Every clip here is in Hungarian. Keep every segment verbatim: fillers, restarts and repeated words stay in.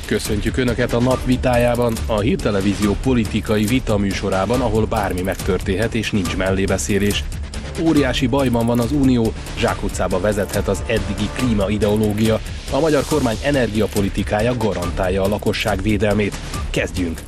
Köszöntjük Önöket a nap vitájában, a Hírtelevízió politikai vitaműsorában, ahol bármi megtörténhet és nincs mellébeszélés. Óriási bajban van az Unió, zsákutcába vezethet az eddigi klímaideológia, a magyar kormány energiapolitikája garantálja a lakosság védelmét. Kezdjünk!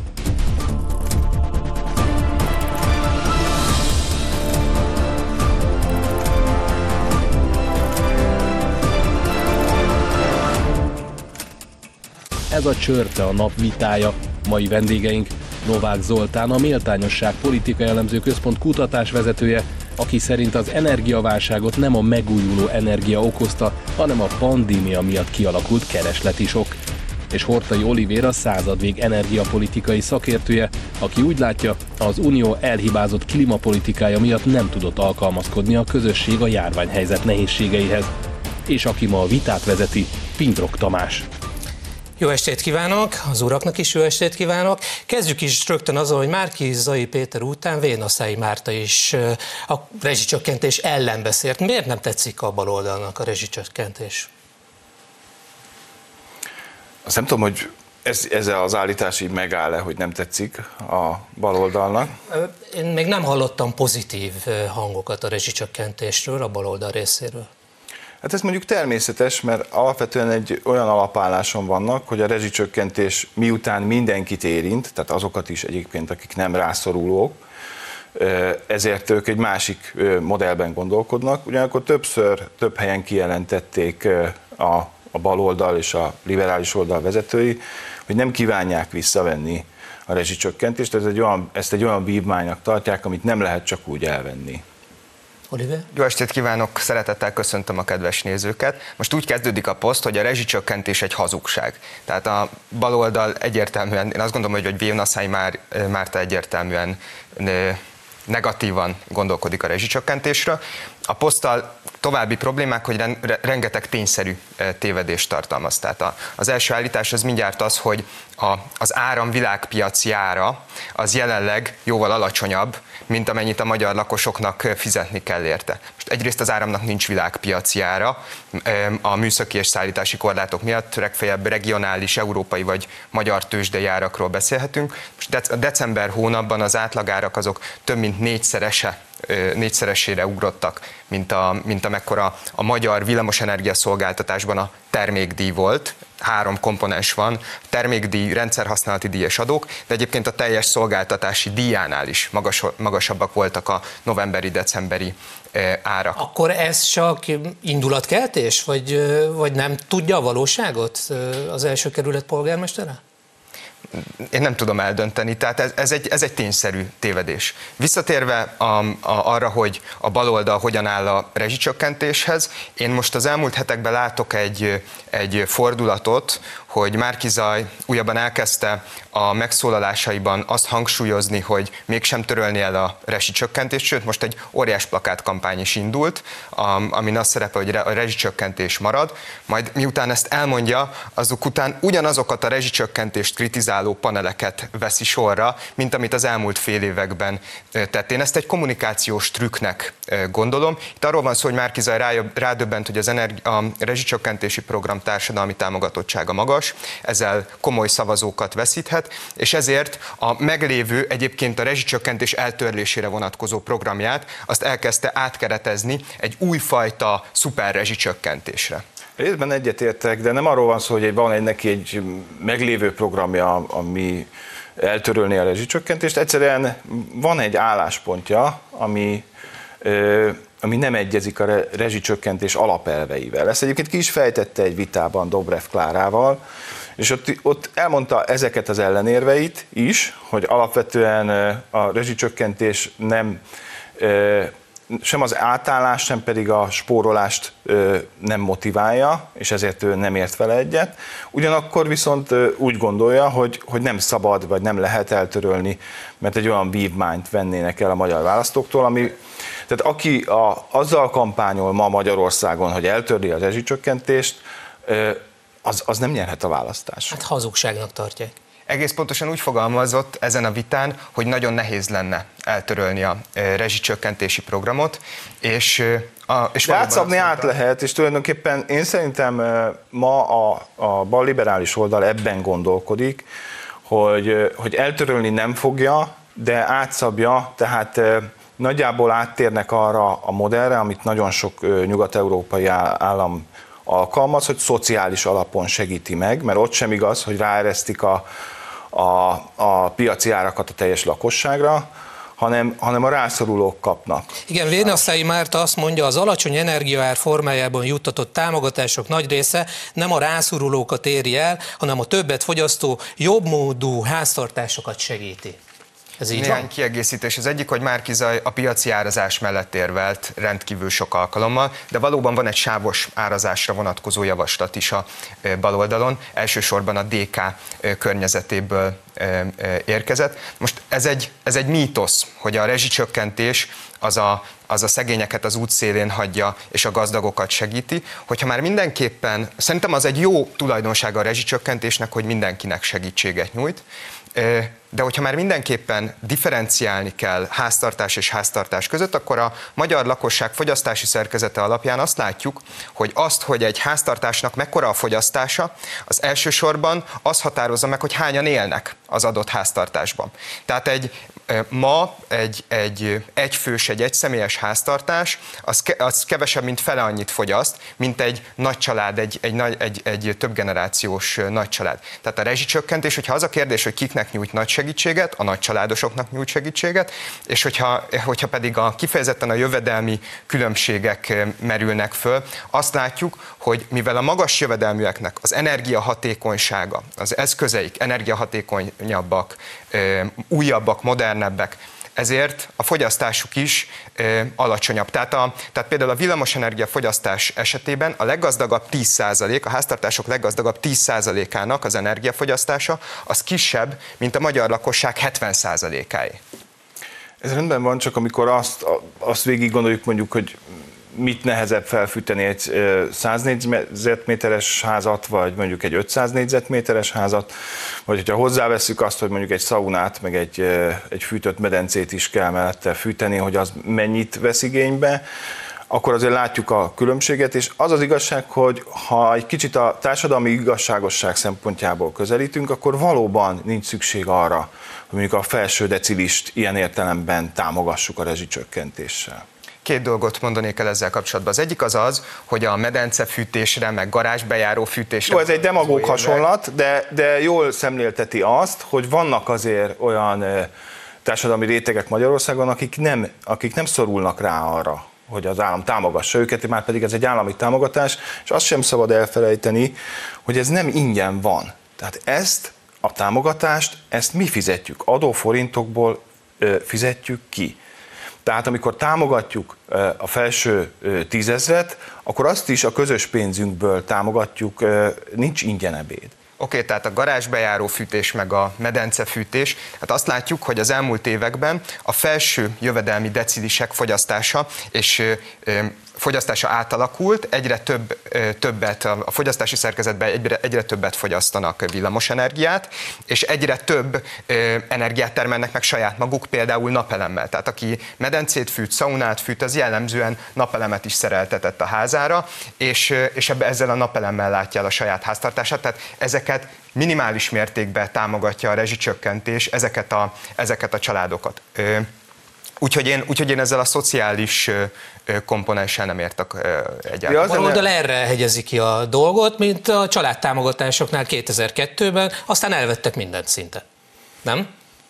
Ez a Csörte, a nap vitája. Mai vendégeink: Novák Zoltán, a Méltányosság Politikai Elemző Központ kutatásvezetője, aki szerint az energiaválságot nem a megújuló energia okozta, hanem a pandémia miatt kialakult keresleti sok. És Horthy Olivér, a századvég energiapolitikai szakértője, aki úgy látja, az Unió elhibázott klímapolitikája miatt nem tudott alkalmazkodni a közösség a járványhelyzet nehézségeihez. És aki ma a vitát vezeti, Pintrok Tamás. Jó estét kívánok, az uraknak is jó estét kívánok. Kezdjük is rögtön azzal, hogy Márki-Zay Péter után Vérnasszányi Márta is a rezsicsökkentés ellen beszélt. Miért nem tetszik a baloldalnak a rezsicsökkentés? Azt nem tudom, hogy ez, ez az állítás így megáll-e, hogy nem tetszik a baloldalnak. Én még nem hallottam pozitív hangokat a rezsicsökkentésről a baloldal részéről. Hát ez mondjuk természetes, mert alapvetően egy olyan alapálláson vannak, hogy a rezsicsökkentés miután mindenkit érint, tehát azokat is egyébként, akik nem rászorulók, ezért ők egy másik modellben gondolkodnak. Ugyanakkor többször, több helyen kijelentették a, a baloldal és a liberális oldal vezetői, hogy nem kívánják visszavenni a rezsicsökkentést, ez egy olyan, ezt egy olyan vívmánynak tartják, amit nem lehet csak úgy elvenni. Oliver? Jó estét kívánok, szeretettel köszöntöm a kedves nézőket. Most úgy kezdődik a poszt, hogy a rezsicsökkentés egy hazugság. Tehát a baloldal egyértelműen, én azt gondolom, hogy Vérnasszányi Márta egyértelműen negatívan gondolkodik a rezsicsökkentésről. A poszttal további problémák, hogy rengeteg tényszerű tévedést tartalmaz. Tehát az első állítás az mindjárt az, hogy a, az áram világpiaci ára az jelenleg jóval alacsonyabb, mint amennyit a magyar lakosoknak fizetni kell érte. Most egyrészt az áramnak nincs világpiaci ára, a műszaki és szállítási korlátok miatt legfeljebb regionális, európai vagy magyar tőzsdei árakról beszélhetünk. Most december hónapban az átlagárak azok több mint négyszerese négyszeresére ugrottak, mint, a, mint amekkora a magyar villamosenergia szolgáltatásban a termékdíj volt. Három komponens van, termékdíj, rendszerhasználati díj és adók, de egyébként a teljes szolgáltatási díjánál is magas, magasabbak voltak a novemberi-decemberi árak. Akkor ez csak indulatkeltés, vagy, vagy nem tudja a valóságot az első kerület polgármestere? Én nem tudom eldönteni, tehát ez, ez, egy, ez egy tényszerű tévedés. Visszatérve a, a, arra, hogy a baloldal hogyan áll a rezsicsökkentéshez, én most az elmúlt hetekben látok egy, egy fordulatot, hogy Márki-Zay újabban elkezdte a megszólalásaiban azt hangsúlyozni, hogy mégsem törölni el a rezsicsökkentést, sőt most egy óriás plakátkampány is indult, amin azt szerepel, hogy a rezsicsökkentés marad, majd miután ezt elmondja, azok után ugyanazokat a rezsicsökkentést kritizáló paneleket veszi sorra, mint amit az elmúlt fél években tett. Én ezt egy kommunikációs trükknek gondolom. Itt arról van szó, hogy Márki-Zay rádöbbent, hogy az energi- a rezsicsökkentési program társadalmi támogatottsága magas, ezzel komoly szavazókat veszíthet, és ezért a meglévő, egyébként a rezsicsökkentés eltörlésére vonatkozó programját azt elkezdte átkeretezni egy újfajta szuper rezsicsökkentésre. Részben egyetértek, de nem arról van szó, hogy van egy neki egy meglévő programja, ami eltörölni a rezsicsökkentést. Egyszerűen van egy álláspontja, ami, ami nem egyezik a rezsicsökkentés alapelveivel. Ezt egyébként ki is fejtette egy vitában Dobrev Klárával, és ott, ott elmondta ezeket az ellenérveit is, hogy alapvetően a rezsicsökkentés nem sem az átállást, sem pedig a spórolást ö, nem motiválja, és ezért ő nem ért vele egyet. Ugyanakkor viszont ö, úgy gondolja, hogy, hogy nem szabad, vagy nem lehet eltörölni, mert egy olyan vívmányt vennének el a magyar választóktól, ami, tehát aki a, azzal kampányol ma Magyarországon, hogy eltörli a rezsicsökkentést, ö, az, az nem nyerhet a választást. Hát hazugságnak tartják. Egész pontosan úgy fogalmazott ezen a vitán, hogy nagyon nehéz lenne eltörölni a rezsicsökkentési programot, és a, és de átszabni át lehet, és tulajdonképpen én szerintem ma a, a balliberális oldal ebben gondolkodik, hogy, hogy eltörölni nem fogja, de átszabja, tehát nagyjából áttérnek arra a modellre, amit nagyon sok nyugat-európai állam alkalmaz, hogy szociális alapon segíti meg, mert ott sem igaz, hogy ráeresztik a, a, a piaci árakat a teljes lakosságra, hanem, hanem a rászorulók kapnak. Igen, Vénasszai Márta azt mondja, az alacsony energiaár formájában juttatott támogatások nagy része nem a rászorulókat éri el, hanem a többet fogyasztó, jobbmódú háztartásokat segíti. Ez így Néhány van? kiegészítés. Az egyik, hogy Márki Zaj a piaci árazás mellett érvelt rendkívül sok alkalommal, de valóban van egy sávos árazásra vonatkozó javaslat is a baloldalon, elsősorban a dé ká környezetéből érkezett. Most ez egy, ez egy mítosz, hogy a rezsicsökkentés az a, az a szegényeket az útszélén hagyja, és a gazdagokat segíti. Hogyha már mindenképpen, szerintem az egy jó tulajdonsága a rezsicsökkentésnek, hogy mindenkinek segítséget nyújt, de hogyha már mindenképpen differenciálni kell háztartás és háztartás között, akkor a magyar lakosság fogyasztási szerkezete alapján azt látjuk, hogy azt, hogy egy háztartásnak mekkora a fogyasztása, az elsősorban az határozza meg, hogy hányan élnek az adott háztartásban. Tehát egy ma egy, egy egyfős, egy egyszemélyes háztartás, az, ke, az kevesebb, mint fele annyit fogyaszt, mint egy nagy család, egy, egy, egy, egy, egy többgenerációs nagy család. Tehát a rezsicsökkentés, hogyha az a kérdés, hogy kiknek nyújt nagy segítséget, a nagy családosoknak nyújt segítséget, és hogyha, hogyha pedig a kifejezetten a jövedelmi különbségek merülnek föl, azt látjuk, hogy mivel a magas jövedelműeknek az energiahatékonysága, az eszközeik energiahatékonyabbak, újabbak, modernebbek, ezért a fogyasztásuk is e, alacsonyabb. Tehát, a, tehát például a villamosenergia fogyasztás esetében a leggazdagabb tíz százalék, a háztartások leggazdagabb tíz százalékának az energiafogyasztása az kisebb, mint a magyar lakosság hetven százalékáé. Ez rendben van, csak amikor azt, azt végig gondoljuk mondjuk, hogy mit nehezebb felfűteni egy száz négyzetméteres házat, vagy mondjuk egy ötszáz négyzetméteres házat, vagy hogyha hozzáveszünk azt, hogy mondjuk egy szaunát, meg egy, egy fűtött medencét is kell mellette fűteni, hogy az mennyit vesz igénybe, akkor azért látjuk a különbséget, és az az igazság, hogy ha egy kicsit a társadalmi igazságosság szempontjából közelítünk, akkor valóban nincs szükség arra, hogy mondjuk a felső decilist ilyen értelemben támogassuk a rezsicsökkentéssel. Két dolgot mondanék el ezzel kapcsolatban. Az egyik az az, hogy a medencefűtésre, meg garázsbejáró fűtésre... Jó, ez egy demagóg hasonlat, de, de jól szemlélteti azt, hogy vannak azért olyan társadalmi rétegek Magyarországon, akik nem, akik nem szorulnak rá arra, hogy az állam támogassa őket, már pedig ez egy állami támogatás, és azt sem szabad elfelejteni, hogy ez nem ingyen van. Tehát ezt a támogatást, ezt mi fizetjük, adóforintokból fizetjük ki. Tehát amikor támogatjuk a felső tízezret, akkor azt is a közös pénzünkből támogatjuk, nincs ingyen ebéd. Oké, okay, tehát a garázsbejáró fűtés meg a medencefűtés, hát azt látjuk, hogy az elmúlt években a felső jövedelmi decilisek fogyasztása és fogyasztása átalakult, egyre több, többet, a fogyasztási szerkezetben egyre, egyre többet fogyasztanak villamosenergiát, és egyre több energiát termelnek meg saját maguk, például napelemmel. Tehát aki medencét fűt, szaunát fűt, az jellemzően napelemet is szereltetett a házára, és, és ebbe, ezzel a napelemmel látja el a saját háztartását, tehát ezeket minimális mértékben támogatja a rezsicsökkentés, ezeket a, ezeket a családokat. Úgyhogy én, úgyhogy én ezzel a szociális komponenssel nem értek egyáltalán. A baloldal erre hegyezi ki a dolgot, mint a családtámogatásoknál kétezer-kettőben, aztán elvettek mindent szinte. Nem?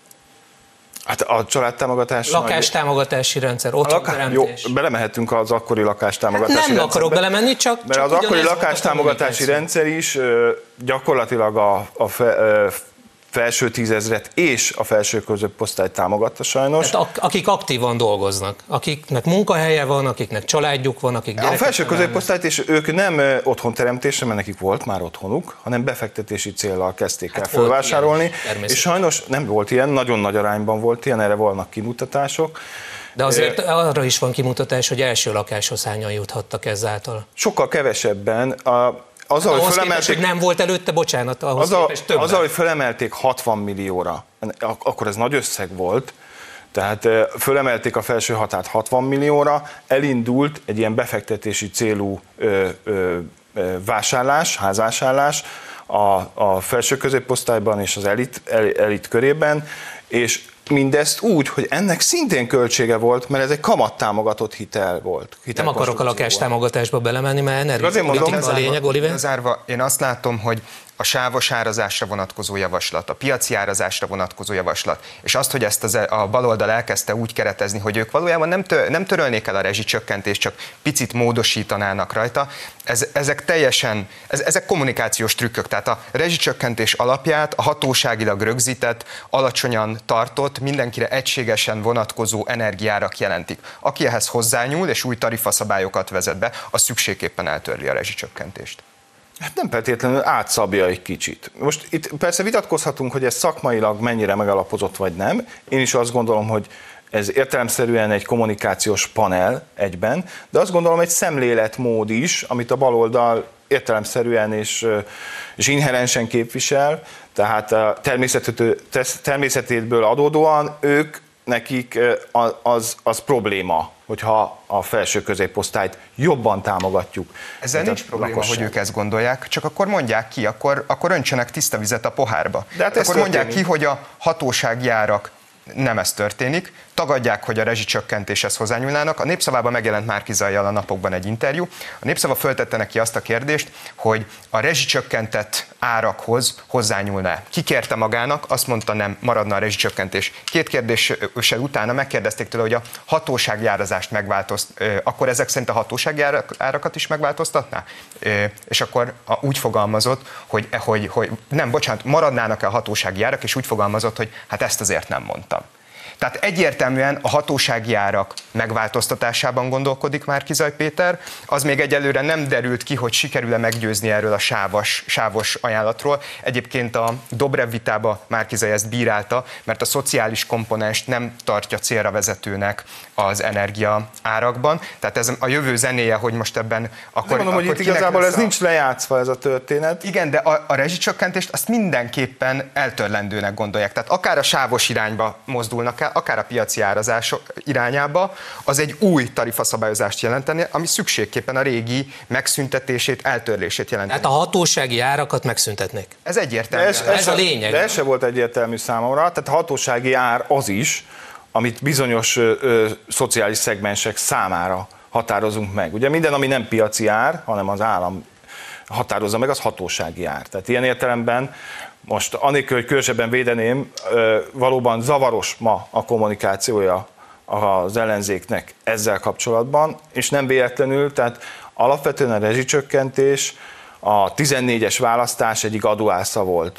Hát a családtámogatás... Lakástámogatási rendszer, otthonteremtés. Jó, belemehetünk az akkori lakástámogatási hát nem rendszerbe. akarok belemenni, csak... Mert csak az akkori lakástámogatási rendszer is gyakorlatilag a, a fe, felső tízezret és a felső középosztályt támogatta sajnos. Tehát akik aktívan dolgoznak, akiknek munkahelye van, akiknek családjuk van, akik gyerekek. A felső középosztályt, és ők nem otthonteremtésre, mert nekik volt már otthonuk, hanem befektetési céllal kezdték hát el fölvásárolni. És sajnos nem volt ilyen, nagyon nagy arányban volt ilyen, erre vannak kimutatások. De azért arra is van kimutatás, hogy első lakáshoz hányan juthattak ezáltal. Sokkal kevesebben. A azzal, ahhoz hogy felemelték, képest, hogy nem volt előtte, bocsánat, ahhoz azzal, képest többen. azzal, hogy felemelték hatvan millióra, akkor ez nagy összeg volt, tehát fölemelték a felső határt hatvan millióra, elindult egy ilyen befektetési célú ö, ö, vásárlás, házvásárlás a, a felső középosztályban és az elit, elit körében, és mindezt úgy, hogy ennek szintén költsége volt, mert ez egy kamattámogatott hitel volt. Nem akarok a lakástámogatásba belemenni, mert energiapolitika a lényeg, Oliver. Zárva, én azt látom, hogy a sávos árazásra vonatkozó javaslat, a piaci árazásra vonatkozó javaslat, és azt, hogy ezt az, a baloldal elkezdte úgy keretezni, hogy ők valójában nem, tör, nem törölnék el a rezsicsökkentést, csak picit módosítanának rajta, ez, ezek teljesen, ez, ezek kommunikációs trükkök, tehát a rezsicsökkentés alapját a hatóságilag rögzített, alacsonyan tartott, mindenkire egységesen vonatkozó energiárak jelentik. Aki ehhez hozzányúl és új tarifaszabályokat vezet be, az szükségképpen eltörli a rezsicsökkentést. Hát nem feltétlenül átszabja egy kicsit. Most itt persze vitatkozhatunk, hogy ez szakmailag mennyire megalapozott vagy nem. Én is azt gondolom, hogy ez értelemszerűen egy kommunikációs panel egyben, de azt gondolom egy szemléletmód is, amit a baloldal értelemszerűen és, és inherensen képvisel, tehát természetéből adódóan ők, nekik az, az probléma, hogyha a felső középosztályt jobban támogatjuk. Ezzel nincs probléma, lakosság. Hogy ők ezt gondolják, csak akkor mondják ki, akkor, akkor öntsenek tiszta vizet a pohárba. De hát akkor mondják ki, hogy a hatósági árak nem ez történik, tagadják, hogy a rezsicsökkentéshez hozzányúlnának. A Népszavában megjelent Márki Zajjal a napokban egy interjú. A Népszava föltette neki azt a kérdést, hogy a rezsicsökkentett árakhoz hozzányúlná. Kikérte magának, azt mondta, nem, maradna a rezsicsökkentés. Két kérdéssel utána megkérdezték tőle, hogy a hatósági árazást megváltozt, akkor ezek szerint a hatósági árakat is megváltoztatná? És akkor úgy fogalmazott, hogy, hogy, hogy nem, bocsánat, maradnának-e a hatósági árak, és úgy fogalmazott, hogy hát ezt azért nem mondtam. Tehát egyértelműen a hatósági árak megváltoztatásában gondolkodik Márki Zaj Péter, az még egyelőre nem derült ki, hogy sikerül-e meggyőzni erről a sávos, sávos ajánlatról. Egyébként a Dobrev vitába Márki Zaj ezt bírálta, mert a szociális komponenst nem tartja célra vezetőnek az energia árakban. Tehát ez a jövő zenéje, hogy most ebben akkor... Mondom, akkor hogy itt igazából ez a... nincs lejátszva ez a történet. Igen, de a, a rezsicsökkentést azt mindenképpen eltörlendőnek gondolják. Tehát akár a sávos irányba mozdulnak el, akár a piaci árazás irányába, az egy új tarifaszabályozást jelenteni, ami szükségképpen a régi megszüntetését, eltörlését jelenteni. Tehát a hatósági árakat megszüntetnék. Ez egyértelmű. Ez, ez a lényeg. De ez se volt egyértelmű számomra, tehát a hatósági ár az is, amit bizonyos ö, ö, szociális szegmensek számára határozunk meg. Ugye minden, ami nem piaci ár, hanem az állam határozza meg, az hatósági ár. Tehát ilyen értelemben most anélkül, hogy különösebben védeném, valóban zavaros ma a kommunikációja az ellenzéknek ezzel kapcsolatban, és nem véletlenül, tehát alapvetően a rezsicsökkentés, a tizennégyes választás egyik adóásza volt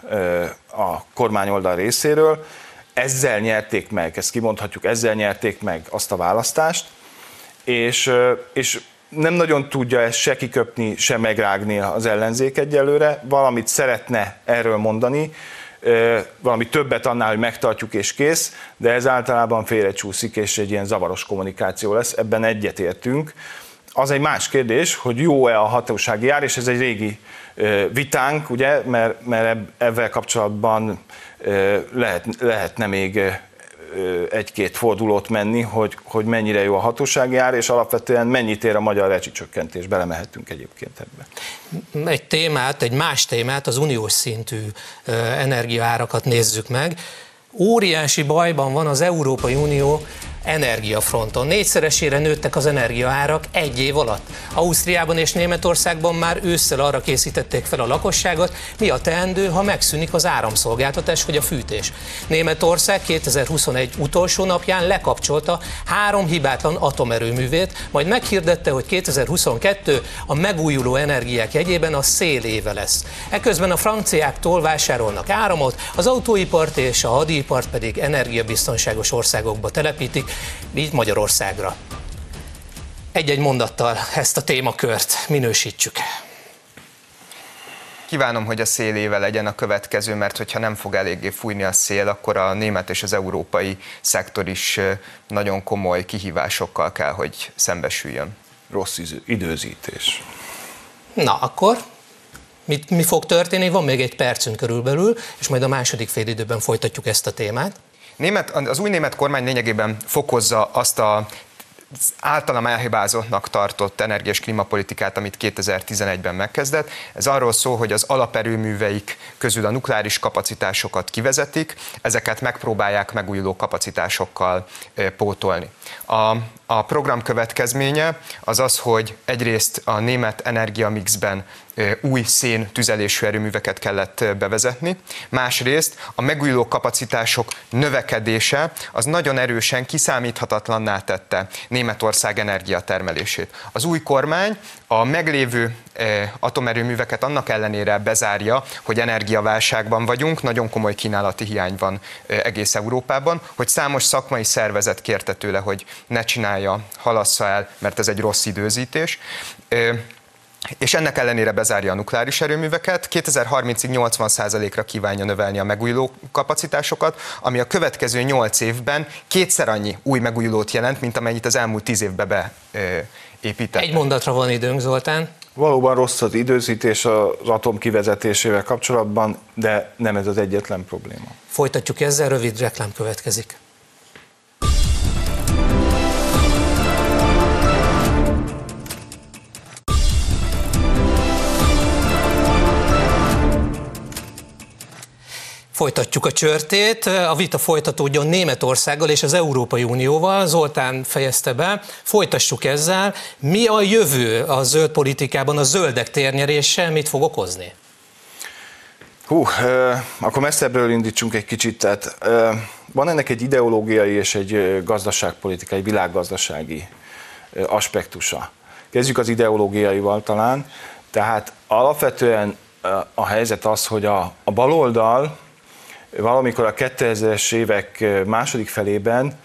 a kormányoldal részéről, ezzel nyerték meg, ezt kimondhatjuk, ezzel nyerték meg azt a választást, és, és nem nagyon tudja ezt se kiköpni, se megrágni az ellenzék egyelőre, valamit szeretne erről mondani, valami többet annál, hogy megtartjuk és kész, de ez általában félrecsúszik, és egy ilyen zavaros kommunikáció lesz, ebben egyetértünk. Az egy más kérdés, hogy jó-e a hatósági ár, és ez egy régi vitánk, ugye, mert, mert ebben kapcsolatban lehet, lehetne még egy-két fordulót menni, hogy, hogy mennyire jó a hatósági ár, és alapvetően mennyit ér a magyar rezsicsökkentés. Belemehetünk egyébként ebbe. Egy témát, egy más témát, az uniós szintű energiaárakat nézzük meg. Óriási bajban van az Európai Unió energiafronton. Négyszeresére nőttek az energiaárak egy év alatt. Ausztriában és Németországban már ősszel arra készítették fel a lakosságot, mi a teendő, ha megszűnik az áramszolgáltatás vagy a fűtés. Németország kétezer-huszonegy utolsó napján lekapcsolta három hibátlan atomerőművét, majd meghirdette, hogy kétezer-huszonkettő a megújuló energiák jegyében a szél éve lesz. Eközben a franciáktól vásárolnak áramot, az autóipart és a hadipart pedig energiabiztonságos országokba telepítik, így Magyarországra. Egy-egy mondattal ezt a témakört minősítsük. Kívánom, hogy a szélével legyen a következő, mert hogyha nem fog eléggé fújni a szél, akkor a német és az európai szektor is nagyon komoly kihívásokkal kell, hogy szembesüljön. Rossz időzítés. Na, akkor Mit, mi fog történni? Van még egy percünk körülbelül, és majd a második félidőben folytatjuk ezt a témát. Német, az új német kormány lényegében fokozza azt a általam elhibázottnak tartott energia- és klímapolitikát, amit kétezer-tizenegyben megkezdett. Ez arról szól, hogy az alaperőműveik közül a nukleáris kapacitásokat kivezetik, ezeket megpróbálják megújuló kapacitásokkal pótolni. A, a program következménye az az, hogy egyrészt a német energiamixben új szén tüzelésű erőműveket kellett bevezetni, másrészt a megújuló kapacitások növekedése az nagyon erősen kiszámíthatatlanná tette Németország energiatermelését. Az új kormány a meglévő atomerőműveket annak ellenére bezárja, hogy energiaválságban vagyunk, nagyon komoly kínálati hiány van egész Európában, hogy számos szakmai szervezet kérte tőle, hogy ne csinálja, halassza el, mert ez egy rossz időzítés. És ennek ellenére bezárja a nukleáris erőműveket, kétezer-harmincig nyolcvan százalékra kívánja növelni a megújuló kapacitásokat, ami a következő nyolc évben kétszer annyi új megújulót jelent, mint amennyit az elmúlt tíz évbe beépített. Egy mondatra van időnk, Zoltán. Valóban rossz az időzítés az atom kivezetésével kapcsolatban, de nem ez az egyetlen probléma. Folytatjuk ezzel, rövid reklám következik. Folytatjuk a csörtét, a vita folytatódjon Németországgal és az Európai Unióval, Zoltán fejezte be, folytassuk ezzel. Mi a jövő a zöld politikában, a zöldek térnyerése mit fog okozni? Hú, akkor messzebbről indítsunk egy kicsit, tehát van ennek egy ideológiai és egy gazdaságpolitikai, világgazdasági aspektusa. Kezdjük az ideológiaival talán, tehát alapvetően a helyzet az, hogy a, a baloldal valamikor a kétezres évek második felében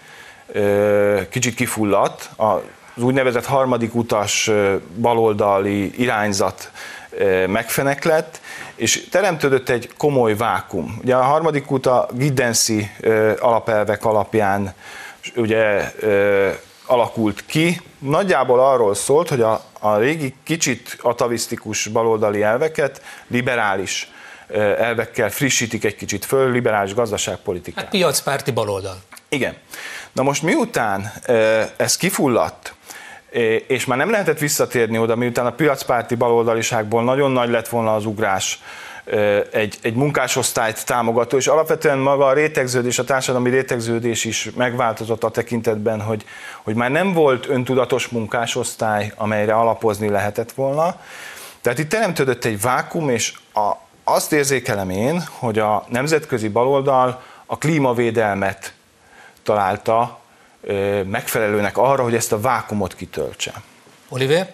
kicsit kifulladt, az úgynevezett harmadik utas baloldali irányzat megfeneklett, és teremtődött egy komoly vákum. Ugye a harmadik út a Giddenszi alapelvek alapján ugye alakult ki, nagyjából arról szólt, hogy a, a régi kicsit atavisztikus baloldali elveket liberális elvekkel frissítik egy kicsit föl, liberális gazdaságpolitikát. Hát piacpárti baloldal. Igen. Na most miután ez kifulladt, és már nem lehetett visszatérni oda, miután a piacpárti baloldaliságból nagyon nagy lett volna az ugrás egy, egy munkásosztályt támogató, és alapvetően maga a rétegződés, a társadalmi rétegződés is megváltozott a tekintetben, hogy, hogy már nem volt öntudatos munkásosztály, amelyre alapozni lehetett volna. Tehát itt teremtődött egy vákum, és a azt érzékelem én, hogy a nemzetközi baloldal a klímavédelmet találta megfelelőnek arra, hogy ezt a vákumot kitöltse. Oliver?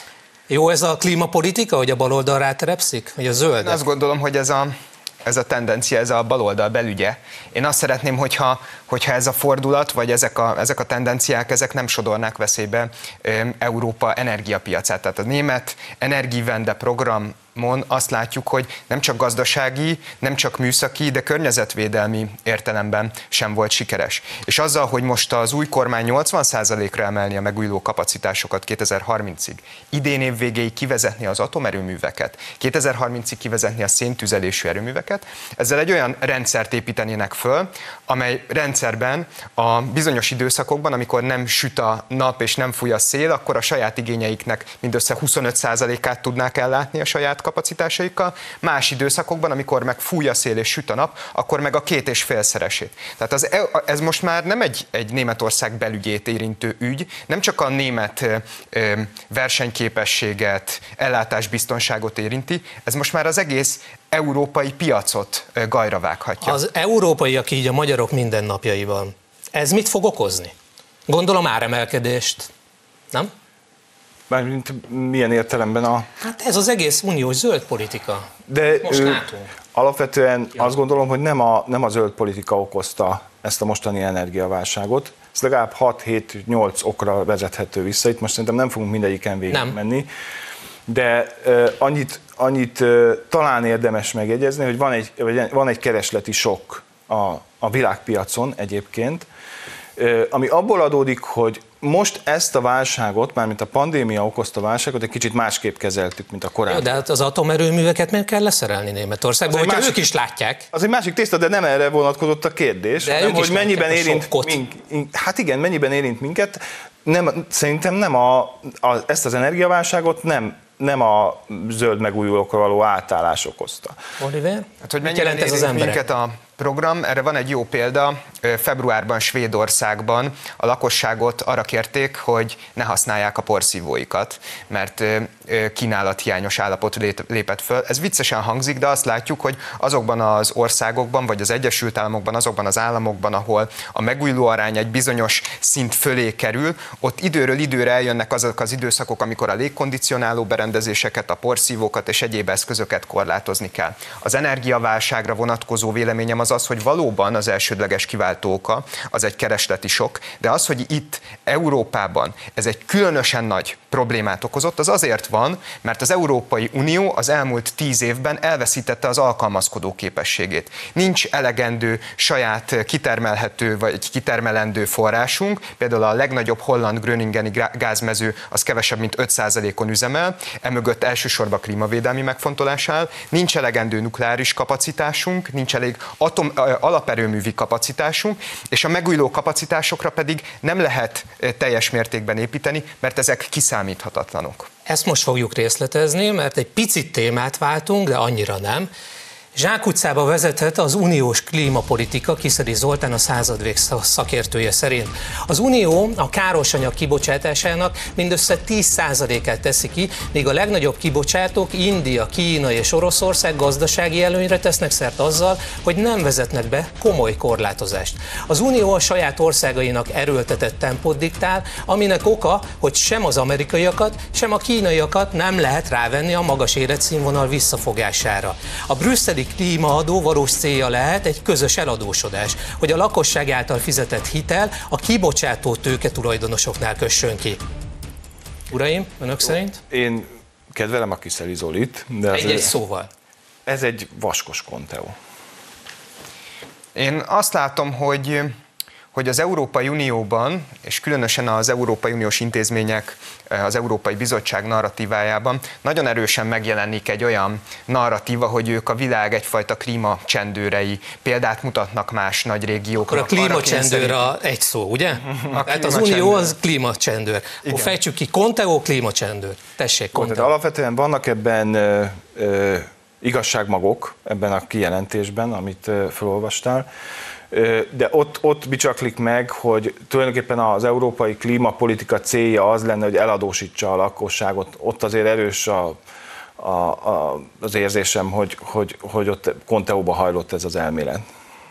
Jó ez a klímapolitika, hogy a baloldal ráterepszik? Vagy a zöldek? Én azt gondolom, hogy ez a, ez a tendencia, ez a baloldal belügye. Én azt szeretném, hogyha, hogyha ez a fordulat, vagy ezek a, ezek a tendenciák, ezek nem sodornák veszélybe Európa energiapiacát. Tehát a német Energiewende program azt látjuk, hogy nem csak gazdasági, nem csak műszaki, de környezetvédelmi értelemben sem volt sikeres. És azzal, hogy most az új kormány nyolcvan százalékra emelni a megújuló kapacitásokat kétezer-harmincig, idén év végéig kivezetni az atomerőműveket, kétezer-harmincig kivezetni a széntüzelésű erőműveket, ezzel egy olyan rendszert építenének föl, amely rendszerben a bizonyos időszakokban, amikor nem süt a nap és nem fúj a szél, akkor a saját igényeiknek mindössze huszonöt százalékát tudnák ellátni a saját kapacitásaikkal, más időszakokban, amikor meg fúj a szél és süt a nap, akkor meg a két és félszeresét. Tehát az, ez most már nem egy, egy Németország belügyét érintő ügy, nem csak a német ö, versenyképességet, ellátásbiztonságot érinti, ez most már az egész európai piacot ö, gajra vághatja. Az európaiak így a magyarok mindennapjaiban, ez mit fog okozni? Gondolom áremelkedést, nem? Mármint milyen értelemben a... Hát ez az egész uniós zöld politika. De most ő, látunk. Alapvetően ja. azt gondolom, hogy nem a, nem a zöld politika okozta ezt a mostani energiaválságot. Ez legalább hat-hét-nyolc okra vezethető vissza. Itt most szerintem nem fogunk mindegyiken végig nem. menni. De uh, annyit, annyit uh, talán érdemes megjegyezni, hogy van egy, van egy keresleti sok a, a világpiacon egyébként, uh, ami abból adódik, hogy most ezt a válságot, mármint a pandémia okozta válságot egy kicsit másképp kezeltük, mint a korábbi. De hát az atomerőműveket miért kell leszerelni Németországban, hogyha másik, ők is látják? Az egy másik tészta, de nem erre vonatkozott a kérdés, de hanem hogy mennyiben érint mink, hát igen, mennyiben érint minket. Nem, szerintem nem a, a, ezt az energiaválságot nem nem a zöld megújulókra való átállás okozta. Oliver? Hát, hogy mennyiben érint ez az minket a program, erre van egy jó példa. Februárban Svédországban a lakosságot arra kérték, hogy ne használják a porszívóikat, mert kínálathiányos állapot lépett föl. Ez viccesen hangzik, de azt látjuk, hogy azokban az országokban, vagy az Egyesült Államokban, azokban az államokban, ahol a megújuló arány egy bizonyos szint fölé kerül, ott időről időre eljönnek azok az időszakok, amikor a légkondicionáló berendezéseket, a porszívókat és egyéb eszközöket korlátozni kell. Az energiaválságra vonatkozó véleményem az az, hogy valóban az elsődleges kiváltó oka az egy keresleti sok, de az, hogy itt Európában ez egy különösen nagy problémát okozott, az azért van, mert az Európai Unió az elmúlt tíz évben elveszítette az alkalmazkodó képességét. Nincs elegendő saját kitermelhető vagy kitermelendő forrásunk, például a legnagyobb holland gröningeni gázmező az kevesebb, mint öt százalékon üzemel, emögött elsősorban klímavédelmi megfontolás áll, nincs elegendő nukleáris kapacitásunk, nincs elég atom, alaperőművi kapacitásunk, és a megújuló kapacitásokra pedig nem lehet teljes mértékben építeni, mert ezek kiszámíthatatlanok. Ezt most fogjuk részletezni, mert egy picit témát váltunk, de annyira nem. Zsákutcába vezethet az uniós klímapolitika, Kiszeli Zoltán, a századvég szakértője szerint. Az unió a károsanyag kibocsátásának mindössze tíz százalékát teszi ki, míg a legnagyobb kibocsátók India, Kína és Oroszország gazdasági előnyre tesznek szert azzal, hogy nem vezetnek be komoly korlátozást. Az unió a saját országainak erőltetett tempót diktál, aminek oka, hogy sem az amerikaiakat, sem a kínaiakat nem lehet rávenni a magas életszínvonal visszafogására. A brüsszeli klímaadó valós célja lehet egy közös eladósodás, hogy a lakosság által fizetett hitel a kibocsátó tőke tulajdonosoknál kössön ki. Uraim, önök szerint? Én kedvelem a Kiszeli Zolit, de egy-egy szóval. Ez egy vaskos konteó. Én azt látom, hogy hogy az Európai Unióban, és különösen az Európai Uniós intézmények, az Európai Bizottság narratívájában nagyon erősen megjelenik egy olyan narratíva, hogy ők a világ egyfajta klímacsendőrei, példát mutatnak más nagy régiókra. Akkor a klímacsendőr egy szó, ugye? Hát az Unió az klímacsendőr. Akkor fejtsük ki, konteó, klímacsendőr. Tessék, konteó. Alapvetően vannak ebben ö, ö, igazságmagok, ebben a kijelentésben, amit ö, felolvastál. De ott, ott bicsaklik meg, hogy tulajdonképpen az európai klímapolitika célja az lenne, hogy eladósítsa a lakosságot. Ott azért erős a, a, a, az érzésem, hogy, hogy, hogy ott konteóba hajlott ez az elmélet.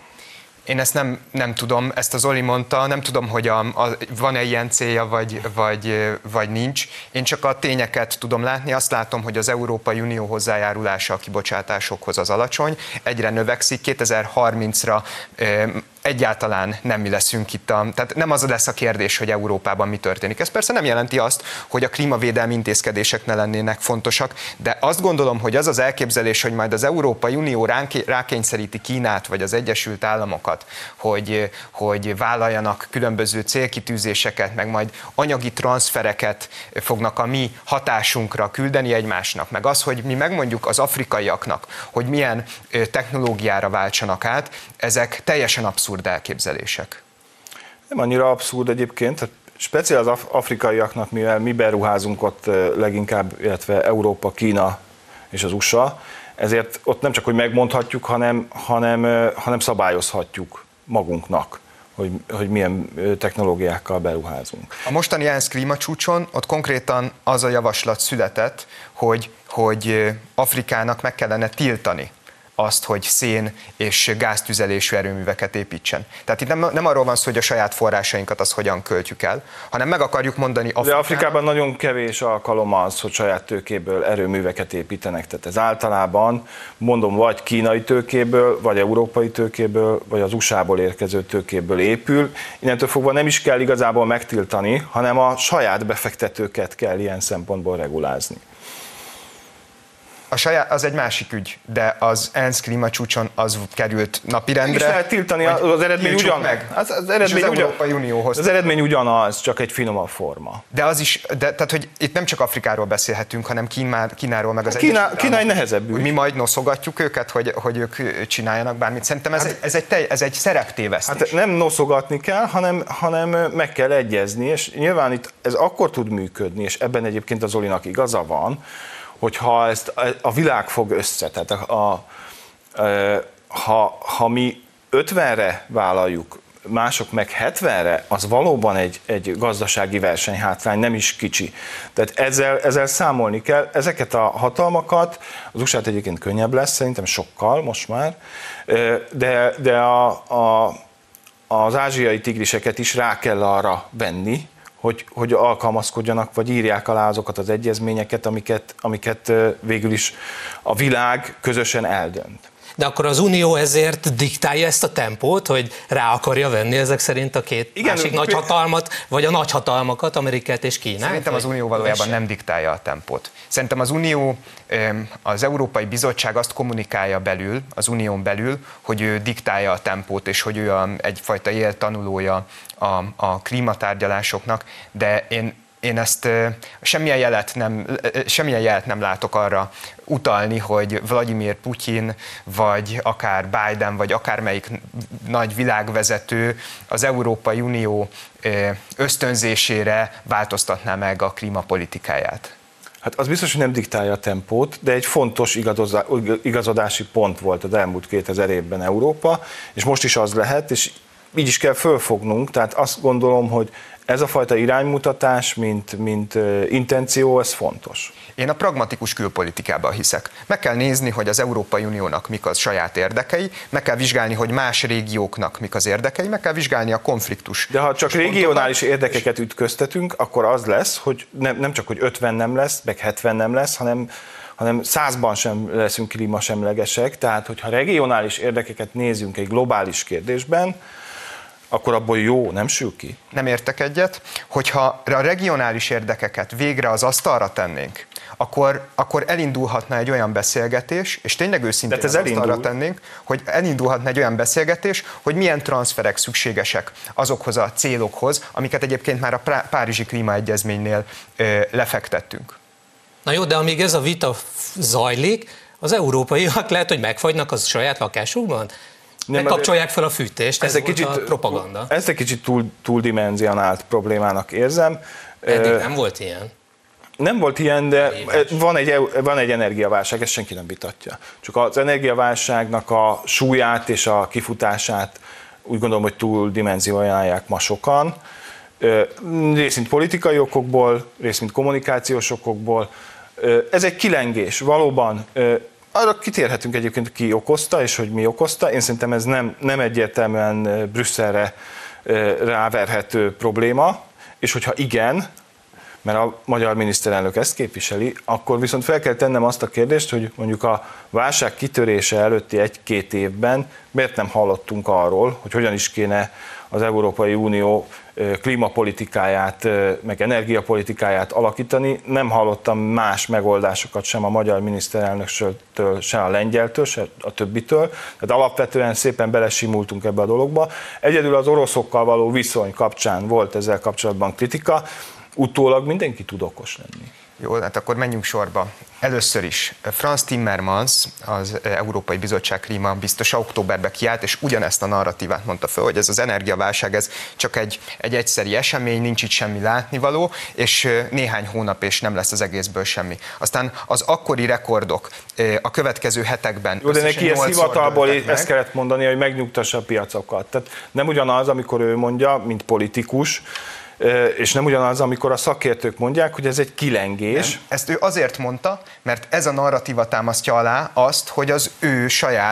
Én ezt nem, nem tudom, ezt az Zoli mondta, nem tudom, hogy a, a, van-e ilyen célja, vagy, vagy, vagy nincs. Én csak a tényeket tudom látni, azt látom, hogy az Európai Unió hozzájárulása a kibocsátásokhoz az alacsony, egyre növekszik, kétezer-harmincra egyáltalán nem mi leszünk itt, a, tehát nem az lesz a kérdés, hogy Európában mi történik. Ez persze nem jelenti azt, hogy a klímavédelmi intézkedések ne lennének fontosak, de azt gondolom, hogy az az elképzelés, hogy majd az Európai Unió rákényszeríti Kínát vagy az Egyesült Államokat, hogy, hogy vállaljanak különböző célkitűzéseket, meg majd anyagi transfereket fognak a mi hatásunkra küldeni egymásnak, meg az, hogy mi megmondjuk az afrikaiaknak, hogy milyen technológiára váltsanak át, ezek teljesen abszurd elképzelések. Nem annyira abszurd egyébként, speciál az af- afrikaiaknak, mivel mi beruházunk ott leginkább, illetve Európa, Kína és az u es á, ezért ott nem csak, hogy megmondhatjuk, hanem, hanem, hanem szabályozhatjuk magunknak, hogy, hogy milyen technológiákkal beruházunk. A mostani ENSZ klímacsúcson ott konkrétan az a javaslat született, hogy, hogy Afrikának meg kellene tiltani azt, hogy szén és gáztüzelésű erőműveket építsen. Tehát itt nem, nem arról van szó, hogy a saját forrásainkat az hogyan költjük el, hanem meg akarjuk mondani Afrikának. De Afrikában nagyon kevés alkalom az, hogy saját tőkéből erőműveket építenek. Tehát ez általában, mondom, vagy kínai tőkéből, vagy európai tőkéből, vagy az u es á-ból érkező tőkéből épül. Innentől fogva nem is kell igazából megtiltani, hanem a saját befektetőket kell ilyen szempontból regulázni. A saját, az egy másik ügy, de az ENSZ klímacsúcson az került napirendre. És lehet tiltani, az eredmény ugyan meg. Az, az, eredmény az, ugyan, Európai Unió hozta. Az eredmény ugyanaz, csak egy finomabb forma. De az is, de, tehát hogy itt nem csak Afrikáról beszélhetünk, hanem Kínár, Kínáról, meg az Kína, Egyesült Kína egy nehezebb ügy. Mi majd noszogatjuk őket, hogy, hogy ők csináljanak bármit. Szerintem ez, hát, egy, ez, egy, tej, ez egy szereptévesztés. Hát nem noszogatni kell, hanem, hanem meg kell egyezni, és nyilván itt ez akkor tud működni, és ebben egyébként az Zolinak igaza van, hogyha ezt a világ fog össze, tehát a, a, a, ha, ha mi ötvenre vállaljuk, mások meg hetvenre, az valóban egy, egy gazdasági versenyhátrány, nem is kicsi. Tehát ezzel, ezzel számolni kell. Ezeket a hatalmakat, az u es á-t egyébként könnyebb lesz, szerintem sokkal most már, de, de a, a, az ázsiai tigriseket is rá kell arra venni, Hogy, hogy alkalmazkodjanak, vagy írják alá azokat az egyezményeket, amiket, amiket végül is a világ közösen eldönt. De akkor az Unió ezért diktálja ezt a tempót, hogy rá akarja venni ezek szerint a két Igen, másik nagyhatalmat, vagy a nagyhatalmakat, Amerikát és Kínát? Szerintem az Unió valójában nem diktálja a tempót. Szerintem az Unió, az Európai Bizottság azt kommunikálja belül, az Unión belül, hogy ő diktálja a tempót, és hogy ő egyfajta éltanulója a, a klímatárgyalásoknak, de én Én ezt semmilyen jelet, nem, semmilyen jelet nem látok arra utalni, hogy Vladimir Putyin, vagy akár Biden, vagy akármelyik nagy világvezető az Európai Unió ösztönzésére változtatná meg a klímapolitikáját. Hát az biztos, hogy nem diktálja a tempót, de egy fontos igazodási pont volt az elmúlt kétezer évben Európa, és most is az lehet, és így is kell fölfognunk, tehát azt gondolom, hogy ez a fajta iránymutatás, mint, mint uh, intenció, ez fontos. Én a pragmatikus külpolitikában hiszek. Meg kell nézni, hogy az Európai Uniónak mik az saját érdekei, meg kell vizsgálni, hogy más régióknak mik az érdekei, meg kell vizsgálni a konfliktus. De ha csak regionális érdekeket ütköztetünk, akkor az lesz, hogy nem, nem csak, hogy ötven nem lesz, meg hetven nem lesz, hanem hanem százban sem leszünk klímasemlegesek. Tehát, hogyha regionális érdekeket nézünk egy globális kérdésben, akkor abból jó, nem sül ki? Nem értek egyet, hogyha a regionális érdekeket végre az asztalra tennénk, akkor, akkor elindulhatna egy olyan beszélgetés, és tényleg őszintén az asztalra tennénk, hogy elindulhatna egy olyan beszélgetés, hogy milyen transferek szükségesek azokhoz a célokhoz, amiket egyébként már a Párizsi Klímaegyezménynél ö, lefektettünk. Na jó, de amíg ez a vita zajlik, az európaiak lehet, hogy megfagynak az saját lakásukban? Nem kapcsolják fel a fűtést, ez, ez volt kicsit, a propaganda. Ezt egy kicsit túl, túldimenzionált problémának érzem. Eddig nem volt ilyen. Nem volt ilyen, de van egy, van egy energiaválság, ezt senki nem vitatja. Csak az energiaválságnak a súlyát és a kifutását úgy gondolom, hogy túldimenzionálják ma sokan. Részint politikai okokból, részint kommunikációs okokból. Ez egy kilengés, valóban. Arra kitérhetünk egyébként, ki okozta, és hogy mi okozta. Én szerintem ez nem, nem egyértelműen Brüsszelre ráverhető probléma, és hogyha igen, mert a magyar miniszterelnök ezt képviseli, akkor viszont fel kell tennem azt a kérdést, hogy mondjuk a válság kitörése előtti egy-két évben miért nem hallottunk arról, hogy hogyan is kéne az Európai Unió klímapolitikáját, meg energiapolitikáját alakítani. Nem hallottam más megoldásokat sem a magyar miniszterelnöktől, se a lengyeltől, se a többitől. Tehát alapvetően szépen belesimultunk ebbe a dologba. Egyedül az oroszokkal való viszony kapcsán volt ezzel kapcsolatban kritika. Utólag mindenki tud okos lenni. Jó, hát akkor menjünk sorba. Először is Frans Timmermans, az Európai Bizottság klíma biztosa októberben kiállt, és ugyanezt a narratívát mondta föl, hogy ez az energiaválság, ez csak egy, egy egyszeri esemény, nincs itt semmi látnivaló, és néhány hónap, és nem lesz az egészből semmi. Aztán az akkori rekordok a következő hetekben... Jó, de neki ezt hivatalból ezt kellett mondani, hogy megnyugtassa a piacokat. Tehát nem ugyanaz, amikor ő mondja, mint politikus, és nem ugyanaz, amikor a szakértők mondják, hogy ez egy kilengés. Nem. Ezt ő azért mondta, mert ez a narratíva támasztja alá azt, hogy az ő saját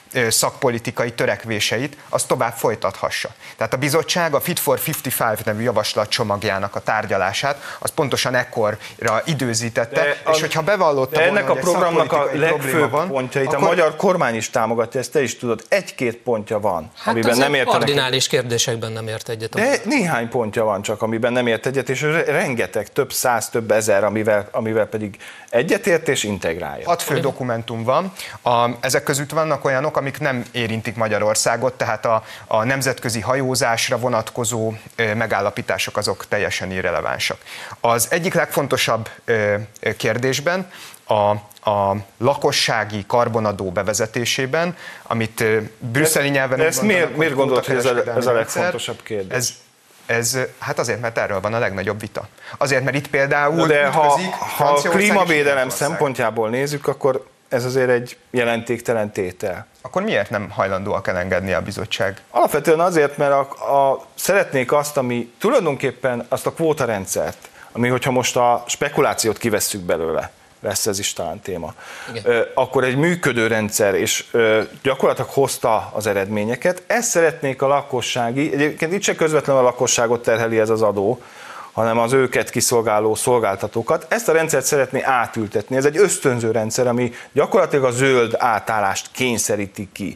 szakpolitikai törekvéseit, az tovább folytathassa. Tehát a bizottság a Fit for ötvenöt nevű javaslatcsomagjának a tárgyalását, az pontosan ekkorra időzítette, de és a, hogyha bevallotta de volna, ennek a programnak a legfőbb van, pontjait akkor... a magyar kormány is támogatja, ezt te is tudod, egy-két pontja van, hát amiben nem értenek. kardinális kérdésekben nem ért egyet. De néhány pontja van csak, amiben nem ért egyet, és rengeteg, több száz, több ezer, amivel, amivel pedig egyetért és integrálja. Hat fő dokumentum van, a, ezek között vannak olyanok, amik nem érintik Magyarországot, tehát a, a nemzetközi hajózásra vonatkozó ö, megállapítások azok teljesen irrelevánsak. Az egyik legfontosabb ö, kérdésben a, a lakossági karbonadó bevezetésében, amit ö, brüsszeli nyelven... De ezt miért, miért gondolod, hogy ez a, ez a legfontosabb kérdés? Ez, Ez, hát azért, mert erről van a legnagyobb vita. Azért, mert itt például... De ha, ha a klímavédelem szempontjából nézzük, akkor ez azért egy jelentéktelen tétel. Akkor miért nem hajlandóak elengedni a bizottság? Alapvetően azért, mert a, a, szeretnék azt, ami tulajdonképpen azt a kvótarendszert, ami hogyha most a spekulációt kivesszük belőle, lesz ez is talán téma, ö, akkor egy működő rendszer, és ö, gyakorlatilag hozta az eredményeket. Ezt szeretnék a lakossági, egyébként itt se közvetlenül a lakosságot terheli ez az adó, hanem az őket kiszolgáló szolgáltatókat. Ezt a rendszert szeretné átültetni. Ez egy ösztönző rendszer, ami gyakorlatilag a zöld átállást kényszeríti ki.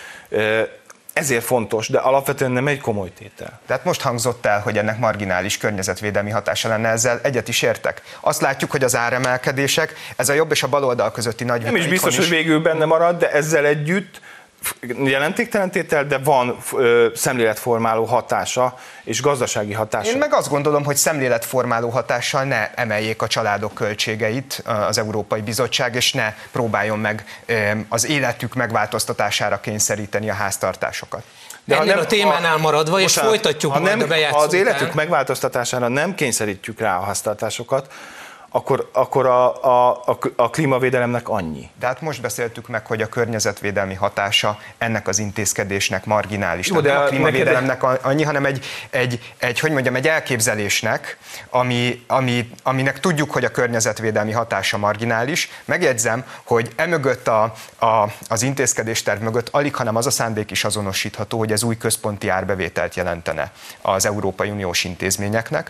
Ö, Ezért fontos, de alapvetően nem egy komoly tétel. Tehát most hangzott el, hogy ennek marginális környezetvédelmi hatása lenne, ezzel egyet is értek. Azt látjuk, hogy az áremelkedések, ez a jobb és a baloldal közötti nagy vita. Nem is biztos, is. hogy végül benne marad, de ezzel együtt jelentéktelen tétel, de van ö, szemléletformáló hatása és gazdasági hatása. Én meg azt gondolom, hogy szemléletformáló hatással ne emeljék a családok költségeit az Európai Bizottság, és ne próbáljon meg ö, az életük megváltoztatására kényszeríteni a háztartásokat. De ennél nem, a témánál maradva, és bocsánat, folytatjuk ha majd nem, a bejátszó ha az életük után. megváltoztatására nem kényszerítjük rá a háztartásokat, akkor, akkor a, a, a klímavédelemnek annyi. De hát most beszéltük meg, hogy a környezetvédelmi hatása ennek az intézkedésnek marginális. Jó, de nem a klímavédelemnek neked... annyi, hanem egy, egy, egy, hogy mondjam, egy elképzelésnek, ami, ami, aminek tudjuk, hogy a környezetvédelmi hatása marginális. Megjegyzem, hogy emögött a, a, az intézkedésterv mögött alig, hanem az a szándék is azonosítható, hogy ez új központi árbevételt jelentene az Európai Uniós intézményeknek.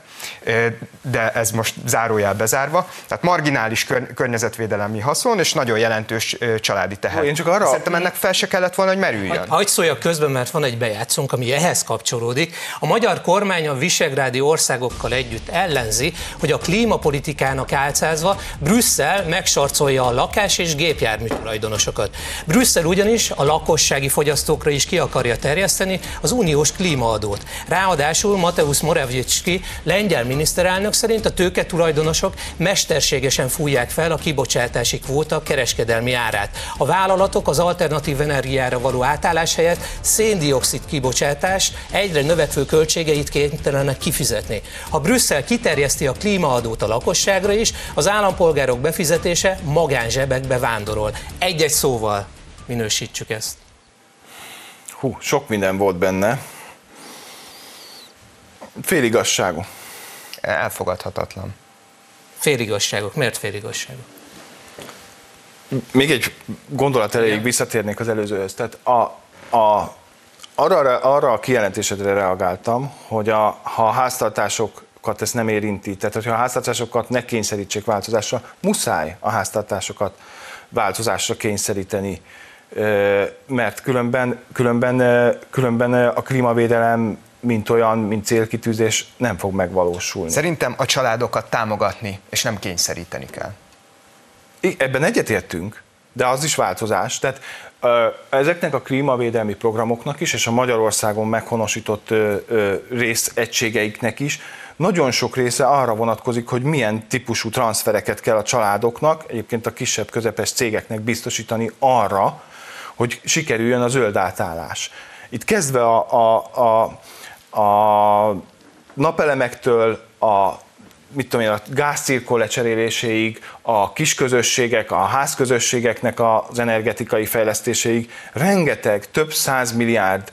De ez most zárójelbe zárva. Tehát marginális kör, környezetvédelemi haszon, és nagyon jelentős ö, családi teher. Én csak arra... Szerintem ennek fel se kellett volna, hogy merüljön. Hagy szóljak közben, mert van egy bejátszónk, ami ehhez kapcsolódik. A magyar kormány a visegrádi országokkal együtt ellenzi, hogy a klímapolitikának álcázva Brüsszel megsarcolja a lakás- és gépjármű tulajdonosokat. Brüsszel ugyanis a lakossági fogyasztókra is ki akarja terjeszteni az uniós klímaadót. Ráadásul Mateusz Morawiecki lengyel miniszterelnök szerint a tőketulajdonosok mesterségesen fújják fel a kibocsátási kvóta kereskedelmi árát. A vállalatok az alternatív energiára való átállás helyett széndioxid kibocsátás egyre növekvő költségeit kénytelenek kifizetni. Ha Brüsszel kiterjeszti a klímaadót a lakosságra is, az állampolgárok befizetése magánzsebekbe vándorol. Egy-egy szóval minősítsük ezt. Hú, sok minden volt benne. Féligazságú. Elfogadhatatlan. Féligazságok. Miért féligazságok? Még egy gondolat elejéig visszatérnék az előzőhöz. Tehát a, a, arra, arra a kijelentésedre reagáltam, hogy a, ha a háztartásokat ezt nem érinti, tehát hogyha a háztartásokat ne kényszerítsék változásra, muszáj a háztartásokat változásra kényszeríteni, mert különben, különben, különben a klímavédelem mint olyan, mint célkitűzés nem fog megvalósulni. Szerintem a családokat támogatni, és nem kényszeríteni kell. Ebben egyetértünk, de az is változás. Tehát ezeknek a klímavédelmi programoknak is, és a Magyarországon meghonosított részegységeiknek is nagyon sok része arra vonatkozik, hogy milyen típusú transzfereket kell a családoknak, egyébként a kisebb, közepes cégeknek biztosítani arra, hogy sikerüljön a zöld átállás. Itt kezdve a, a, a a napelemektől a, mit tudom én, a gázcirkol lecseréléséig, a kisközösségek, a házközösségeknek az energetikai fejlesztéséig rengeteg, több száz milliárd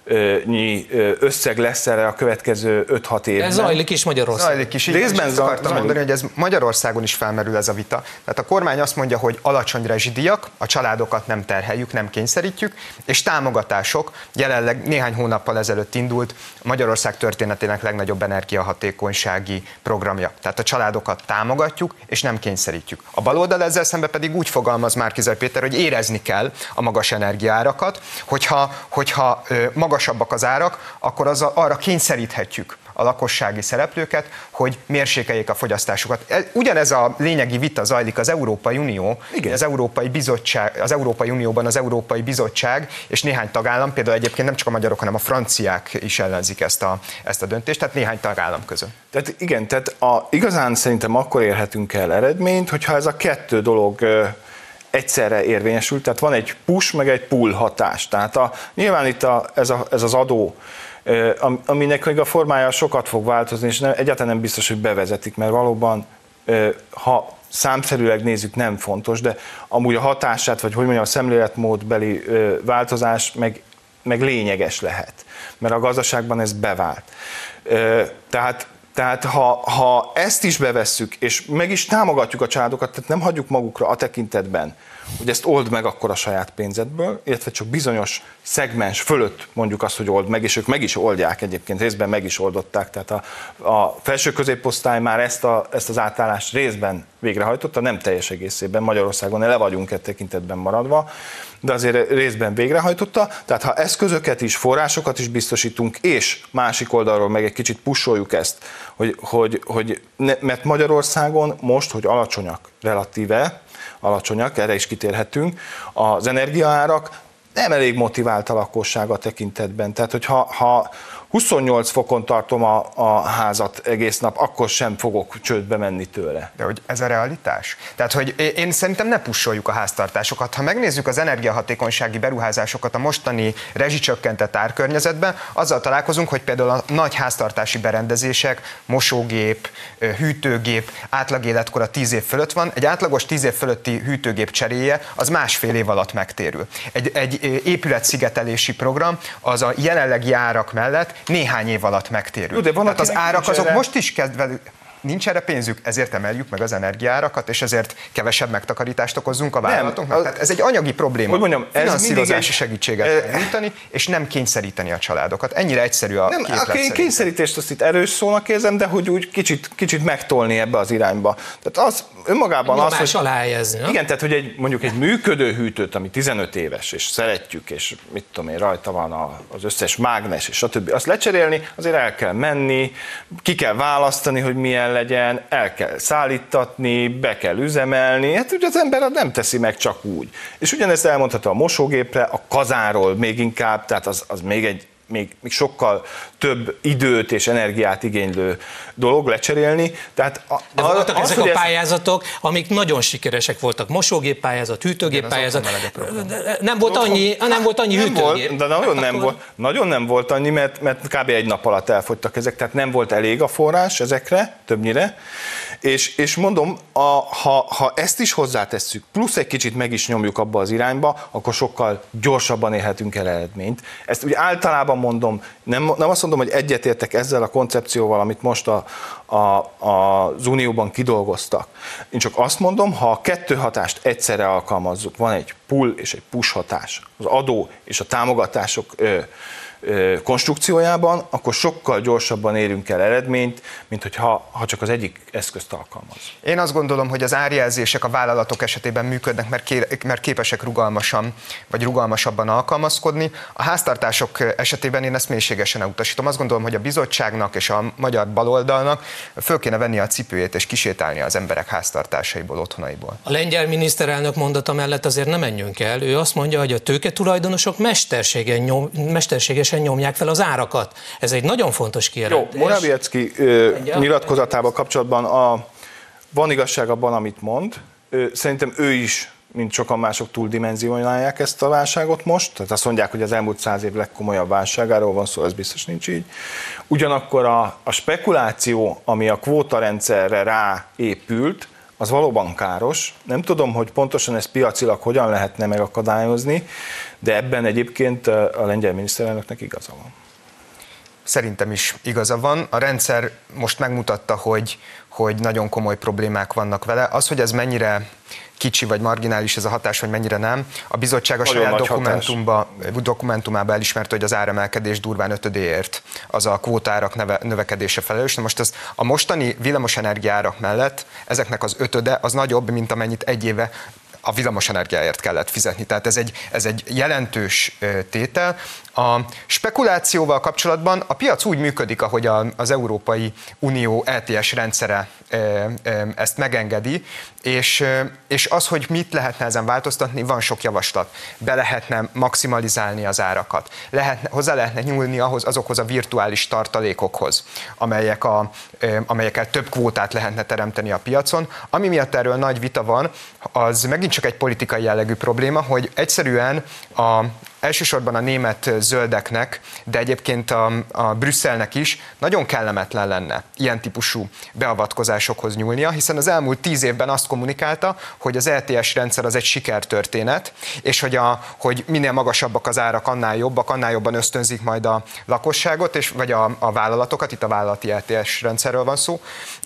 összeg lesz erre a következő öt-hat évben. Ez zajlik is Magyarországon. Zajlik is. Részben is akartam mondani, hogy ez Magyarországon is felmerül ez a vita. Tehát a kormány azt mondja, hogy alacsony rezsidíjak, a családokat nem terheljük, nem kényszerítjük, és támogatások. Jelenleg néhány hónappal ezelőtt indult Magyarország történetének legnagyobb energiahatékonysági programja. Tehát a családokat támogatjuk, és nem kényszerítjük. A baloldal ezzel szemben pedig úgy fogalmaz Márki-Zay Péter, hogy érezni kell a magas energiaárakat, hogyha, hogyha magasabbak az árak, akkor az a, arra kényszeríthetjük a lakossági szereplőket, hogy mérsékeljék a fogyasztásukat. Ugyanez a lényegi vita zajlik az Európai Unió, az Európai Bizottság, az Európai Unióban az Európai Bizottság és néhány tagállam, például egyébként nem csak a magyarok, hanem a franciák is ellenzik ezt a, ezt a döntést, tehát néhány tagállam között. Tehát igen, tehát a, igazán szerintem akkor érhetünk el eredményt, hogyha ez a kettő dolog ö, egyszerre érvényesül, tehát van egy push, meg egy pull hatás. Tehát a, nyilván itt a, ez, a, ez az adó, aminek még a formája sokat fog változni, és nem, egyáltalán nem biztos, hogy bevezetik, mert valóban, ha számszerűleg nézzük, nem fontos, de amúgy a hatását, vagy hogy mondjam, a szemléletmódbeli változás meg, meg lényeges lehet, mert a gazdaságban ez bevált. Tehát, tehát ha, ha ezt is bevesszük, és meg is támogatjuk a családokat, tehát nem hagyjuk magukra a tekintetben, hogy ezt old meg akkor a saját pénzedből, illetve csak bizonyos szegmens fölött mondjuk azt, hogy old meg, és ők meg is oldják egyébként, részben meg is oldották, tehát a, a felső középosztály már ezt, a, ezt az átállást részben végrehajtotta, nem teljes egészében, Magyarországon le vagyunk e tekintetben maradva, de azért részben végrehajtotta, tehát ha eszközöket is, forrásokat is biztosítunk, és másik oldalról meg egy kicsit pusoljuk ezt, hogy, hogy, hogy ne, mert Magyarországon most, hogy alacsonyak relatíve, alacsonyak, erre is kitérhetünk, az energiaárak nem elég motivált a lakosság a tekintetben. Tehát, hogyha ha huszonnyolc fokon tartom a, a házat egész nap, akkor sem fogok csődbe menni tőle. De hogy ez a realitás? Tehát, hogy én szerintem ne pusoljuk a háztartásokat. Ha megnézzük az energiahatékonysági beruházásokat a mostani rezsicsökkentett árkörnyezetben, azzal találkozunk, hogy például a nagy háztartási berendezések, mosógép, hűtőgép átlag életkora tíz év fölött van, egy átlagos tíz év fölötti hűtőgép cseréje az másfél év alatt megtérül. Egy, egy épületszigetelési program az a jelenlegi árak mellett néhány év alatt megtérül. Jó, de van, hát az árak azok erre... most is kezdve... Nincs erre pénzük, ezért emeljük meg az energiaárakat, és ezért kevesebb megtakarítást okozunk a vállalatoknak. Az... Tehát ez egy anyagi probléma. Hogy mondjam, ez finanszírozási egy... segítséget nyújtani, és nem kényszeríteni a családokat. Ennyire egyszerű a nem, képlet. A kényszerítést azt itt erős szónak érzem, de hogy úgy kicsit, kicsit megtolni ebbe az irányba. Tehát az önmagában az, hogy... alá helyezni, igen, tehát hogy egy, mondjuk egy működő hűtőt, ami tizenöt éves, és szeretjük, és mit tudom én, rajta van az összes mágnes, és stb. Azt lecserélni, azért el kell menni, ki kell választani, hogy milyen legyen, el kell szállítatni, be kell üzemelni, hát ugye az ember nem teszi meg csak úgy. És ugyanezt elmondható a mosógépre, a kazánról még inkább, tehát az, az még egy Még, még sokkal több időt és energiát igénylő dolog lecserélni. Tehát a, De voltak az, ezek a ez... pályázatok, amik nagyon sikeresek voltak. Mosógép pályázat, hűtőgép pályázat. Nem volt annyi, nem volt annyi nem hűtőgép. Volt, de nagyon nem, akkor... volt, nagyon nem volt annyi, mert, mert kb. Egy nap alatt elfogytak ezek, tehát nem volt elég a forrás ezekre, többnyire. És, és mondom, a, ha, ha ezt is hozzátesszük, plusz egy kicsit meg is nyomjuk abba az irányba, akkor sokkal gyorsabban érhetünk el eredményt. Ezt ugye általában mondom, nem, nem azt mondom, hogy egyetértek ezzel a koncepcióval, amit most a, a, a, az Unióban kidolgoztak. Én csak azt mondom, ha a kettő hatást egyszerre alkalmazzuk, van egy pull és egy push hatás, az adó és a támogatások ö, konstrukciójában, akkor sokkal gyorsabban érünk el eredményt, mint hogyha ha csak az egyik eszközt alkalmaz. Én azt gondolom, hogy az árjelzések a vállalatok esetében működnek, mert, ké, mert képesek rugalmasan, vagy rugalmasabban alkalmazkodni. A háztartások esetében én ezt mélységesen elutasítom. Azt gondolom, hogy a bizottságnak és a magyar baloldalnak föl kéne venni a cipőjét és kisétálni az emberek háztartásaiból, otthonaiból. A lengyel miniszterelnök mondata mellett azért nem menjünk el. Ő azt mondja, hogy a tőketulajdonosok mesterségen nyom, mesterséges nyomják fel az árakat. Ez egy nagyon fontos kijelentés. Jó, Morawiecki nyilatkozatával kapcsolatban a, van igazság abban, amit mond. Ö, szerintem ő is, mint sokan mások túldimenzionálják ezt a válságot most. Tehát azt mondják, hogy az elmúlt száz év legkomolyabb válságáról van szó, ez biztos nincs így. Ugyanakkor a, a spekuláció, ami a kvótarendszerre ráépült, az valóban káros. Nem tudom, hogy pontosan ezt piacilag hogyan lehetne megakadályozni, de ebben egyébként a lengyel miniszterelnöknek igaza van. Szerintem is igaza van. A rendszer most megmutatta, hogy, hogy nagyon komoly problémák vannak vele. Az, hogy ez mennyire kicsi vagy marginális ez a hatás, vagy mennyire nem, a bizottság a saját dokumentumában elismerte, hogy az áremelkedés durván ötödéért az a kvótárak neve, növekedése felelős. Na most ez a mostani villamosenergia árak mellett ezeknek az ötöde az nagyobb, mint amennyit egy éve a villamosenergiáért kellett fizetni. Tehát ez egy, ez egy jelentős tétel. A spekulációval kapcsolatban a piac úgy működik, ahogy az Európai Unió é té es rendszere ezt megengedi, és, és az, hogy mit lehetne ezen változtatni, van sok javaslat. Be lehetne maximalizálni az árakat. Lehetne, hozzá lehetne nyúlni ahhoz, azokhoz a virtuális tartalékokhoz, amelyek a, amelyekkel több kvótát lehetne teremteni a piacon. Ami miatt erről nagy vita van, az megint csak egy politikai jellegű probléma, hogy egyszerűen a elsősorban a német zöldeknek, de egyébként a, a Brüsszelnek is nagyon kellemetlen lenne ilyen típusú beavatkozásokhoz nyúlnia, hiszen az elmúlt tíz évben azt kommunikálta, hogy az é té es rendszer az egy sikertörténet, és hogy, a, hogy minél magasabbak az árak, annál jobbak, annál jobban ösztönzik majd a lakosságot, és, vagy a, a vállalatokat, itt a vállalati é té es rendszerről van szó.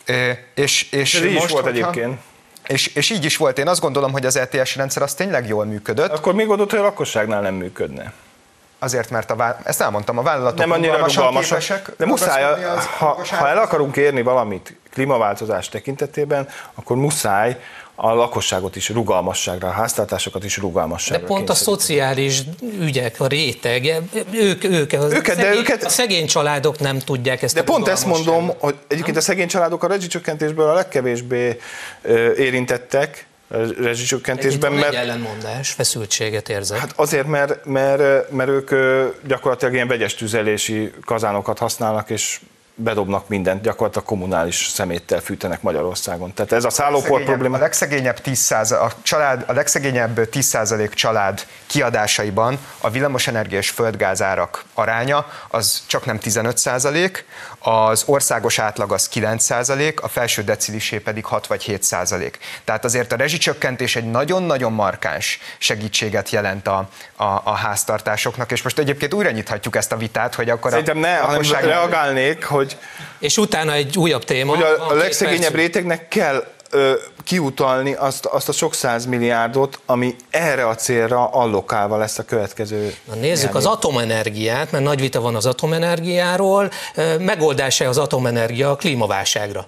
És, és Ez így most, is volt hogyha, egyébként. És, és így is volt. Én azt gondolom, hogy az é té es rendszer az tényleg jól működött. Akkor még gondolod, hogy a lakosságnál nem működne? Azért, mert a vállal... ezt elmondtam, a vállalatok nem annyira rugalmasak, képesek, de muszáj, az, ha, ha el akarunk érni valamit klímaváltozás tekintetében, akkor muszáj a lakosságot is rugalmasságra, a háztartásokat is rugalmasságra. De pont a szociális ügyek, a réteg, ők, ők, a, őket, szegény, őket, a szegény családok nem tudják ezt. De a pont ezt mondom, hogy egyébként a szegény családok a rezsicsökkentésből a legkevésbé érintettek, rezsicsökkentésben, mert... mert... Egy ellenmondás, feszültséget érzek. Hát azért, mert, mert, mert ők gyakorlatilag ilyen vegyes tüzelési kazánokat használnak, és bedobnak mindent, gyakorlatilag kommunális szeméttel fűtenek Magyarországon. Tehát ez a szállópor probléma. A legszegényebb tíz százalék, a, család, a legszegényebb tíz százalék család kiadásaiban a villamosenergia és földgázárak aránya az csak nem tizenöt százalék, az országos átlag az kilenc százalék, a felső decilisé pedig hat vagy hét százalék. Tehát azért a rezsicsökkentés egy nagyon-nagyon markáns segítséget jelent a, a, a háztartásoknak, és most egyébként újra nyithatjuk ezt a vitát, hogy akkor Szerintem a ne, hanem reagálnék, hogy és utána egy újabb téma. Hogy a, a legszegényebb rétegnek kell ö, kiutalni azt, azt a sok százmilliárdot, ami erre a célra allokálva lesz a következő. Na nézzük járni. Az atomenergiát, mert nagy vita van az atomenergiáról. Megoldása az atomenergia a klímaválságra?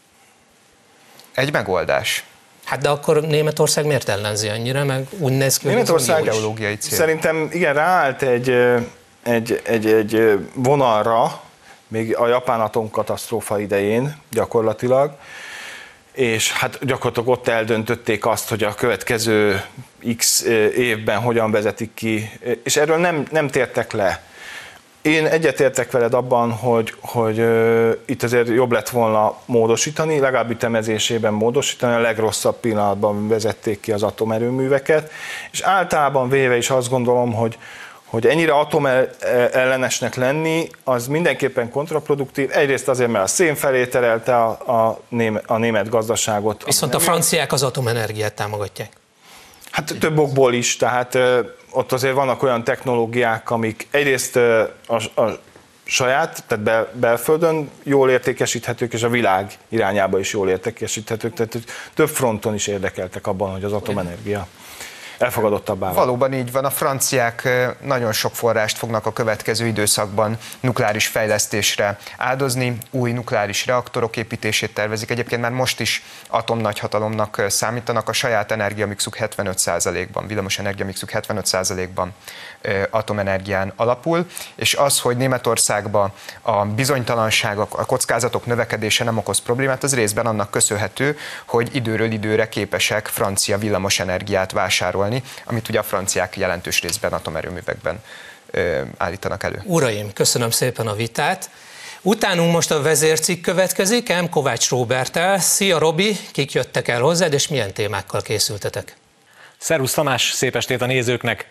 Egy megoldás. Hát de akkor Németország miért ellenzi annyira, meg úgy néz ki, Németország ideológiai cél. Szerintem igen, ráállt egy, egy, egy, egy vonalra, még a japán atomkatasztrófa idején gyakorlatilag, és hát gyakorlatilag ott eldöntötték azt, hogy a következő x évben hogyan vezetik ki, és erről nem, nem tértek le. Én egyetértek veled abban, hogy, hogy uh, itt azért jobb lett volna módosítani, legalább ütemezésében módosítani, a legrosszabb pillanatban vezették ki az atomerőműveket, és általában véve is azt gondolom, hogy hogy ennyire atomellenesnek lenni, az mindenképpen kontraproduktív. Egyrészt azért, mert a szén felé terelte a, a, német, a német gazdaságot. Viszont a franciák az atomenergiát támogatják. Hát több okból is, tehát ö, ott azért vannak olyan technológiák, amik egyrészt ö, a, a saját, tehát bel, belföldön jól értékesíthetők, és a világ irányába is jól értékesíthetők, tehát több fronton is érdekeltek abban, hogy az atomenergia elfogadottabbá. Valóban így van, a franciák nagyon sok forrást fognak a következő időszakban nukleáris fejlesztésre áldozni, új nukleáris reaktorok építését tervezik, egyébként már most is atomnagyhatalomnak számítanak, a saját energiamixuk hetvenöt százalékban, villamos energiamixuk hetvenöt százalékban atomenergián alapul, és az, hogy Németországban a bizonytalanságok, a kockázatok növekedése nem okoz problémát, az részben annak köszönhető, hogy időről időre képesek francia villamosenergiát vásárolni, amit ugye a franciák jelentős részben atomerőművekben ö, állítanak elő. Uraim, köszönöm szépen a vitát. Utánunk most a vezércikk következik, M. Kovács Róberttel. Szia Robi, kik jöttek el hozzád, és milyen témákkal készültetek? Szervusz Tamás, szép estét a nézőknek!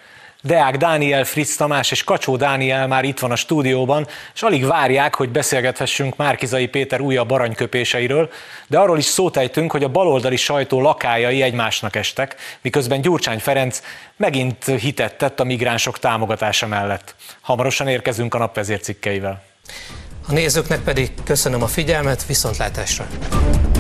Deák Dániel, Fritz Tamás és Kacsó Dániel már itt van a stúdióban, és alig várják, hogy beszélgethessünk Márki-Zay Péter újabb aranyköpéseiről, de arról is szót ejtünk, hogy a baloldali sajtó lakájai egymásnak estek, miközben Gyurcsány Ferenc megint hitet tett a migránsok támogatása mellett. Hamarosan érkezünk a nap vezércikkeivel. A nézőknek pedig köszönöm a figyelmet, viszontlátásra!